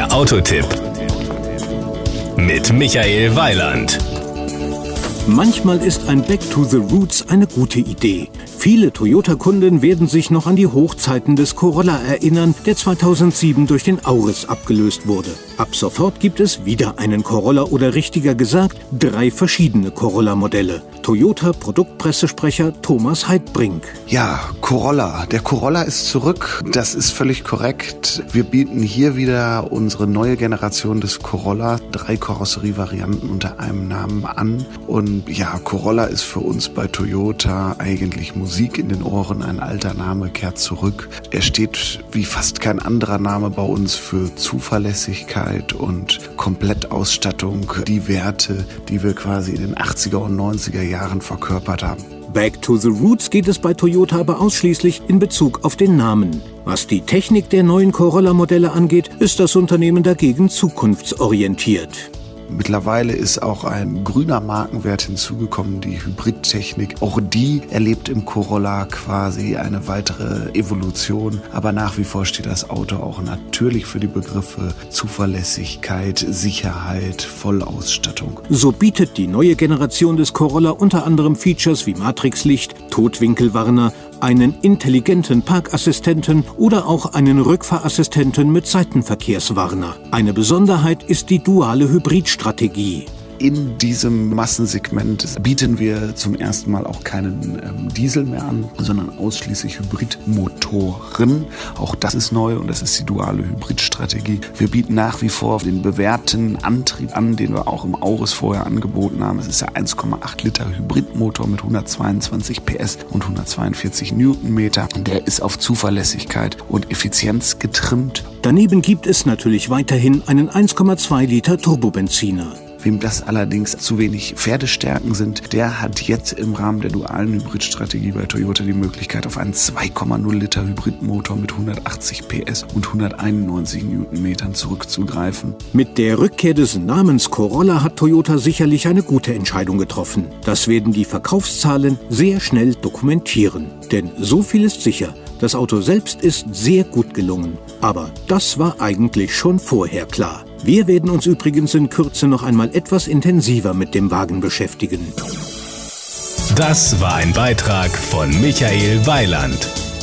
Der Autotipp mit Michael Weiland. Manchmal ist ein Back to the Roots eine gute Idee. Viele Toyota-Kunden werden sich noch an die Hochzeiten des Corolla erinnern, der 2007 durch den Auris abgelöst wurde. Ab sofort gibt es wieder einen Corolla oder richtiger gesagt 3 verschiedene Corolla-Modelle. Toyota-Produktpressesprecher Thomas Heidbrink. Ja, Corolla. Der Corolla ist zurück. Das ist völlig korrekt. Wir bieten hier wieder unsere neue Generation des Corolla. 3 Karosserievarianten unter einem Namen an. Und ja, Corolla ist für uns bei Toyota eigentlich Musik in den Ohren. Ein alter Name kehrt zurück. Er steht wie fast kein anderer Name bei uns für Zuverlässigkeit und Komplettausstattung. Die Werte, die wir quasi in den 80er und 90er Jahren verkörpert haben. Back to the Roots geht es bei Toyota aber ausschließlich in Bezug auf den Namen. Was die Technik der neuen Corolla-Modelle angeht, ist das Unternehmen dagegen zukunftsorientiert. Mittlerweile ist auch ein grüner Markenwert hinzugekommen, die Hybridtechnik. Auch die erlebt im Corolla quasi eine weitere Evolution. Aber nach wie vor steht das Auto auch natürlich für die Begriffe Zuverlässigkeit, Sicherheit, Vollausstattung. So bietet die neue Generation des Corolla unter anderem Features wie Matrixlicht, Totwinkelwarner, einen intelligenten Parkassistenten oder auch einen Rückfahrassistenten mit Seitenverkehrswarner. Eine Besonderheit ist die duale Hybridstrategie. In diesem Massensegment bieten wir zum ersten Mal auch keinen Diesel mehr an, sondern ausschließlich Hybridmotoren. Auch das ist neu und das ist die duale Hybridstrategie. Wir bieten nach wie vor den bewährten Antrieb an, den wir auch im Auris vorher angeboten haben. Es ist der 1,8 Liter Hybridmotor mit 122 PS und 142 Newtonmeter. Der ist auf Zuverlässigkeit und Effizienz getrimmt. Daneben gibt es natürlich weiterhin einen 1,2 Liter Turbobenziner. Wem das allerdings zu wenig Pferdestärken sind, der hat jetzt im Rahmen der dualen Hybridstrategie bei Toyota die Möglichkeit, auf einen 2,0 Liter Hybridmotor mit 180 PS und 191 Newtonmetern zurückzugreifen. Mit der Rückkehr des Namens Corolla hat Toyota sicherlich eine gute Entscheidung getroffen. Das werden die Verkaufszahlen sehr schnell dokumentieren. Denn so viel ist sicher, das Auto selbst ist sehr gut gelungen. Aber das war eigentlich schon vorher klar. Wir werden uns übrigens in Kürze noch einmal etwas intensiver mit dem Wagen beschäftigen. Das war ein Beitrag von Michael Weiland.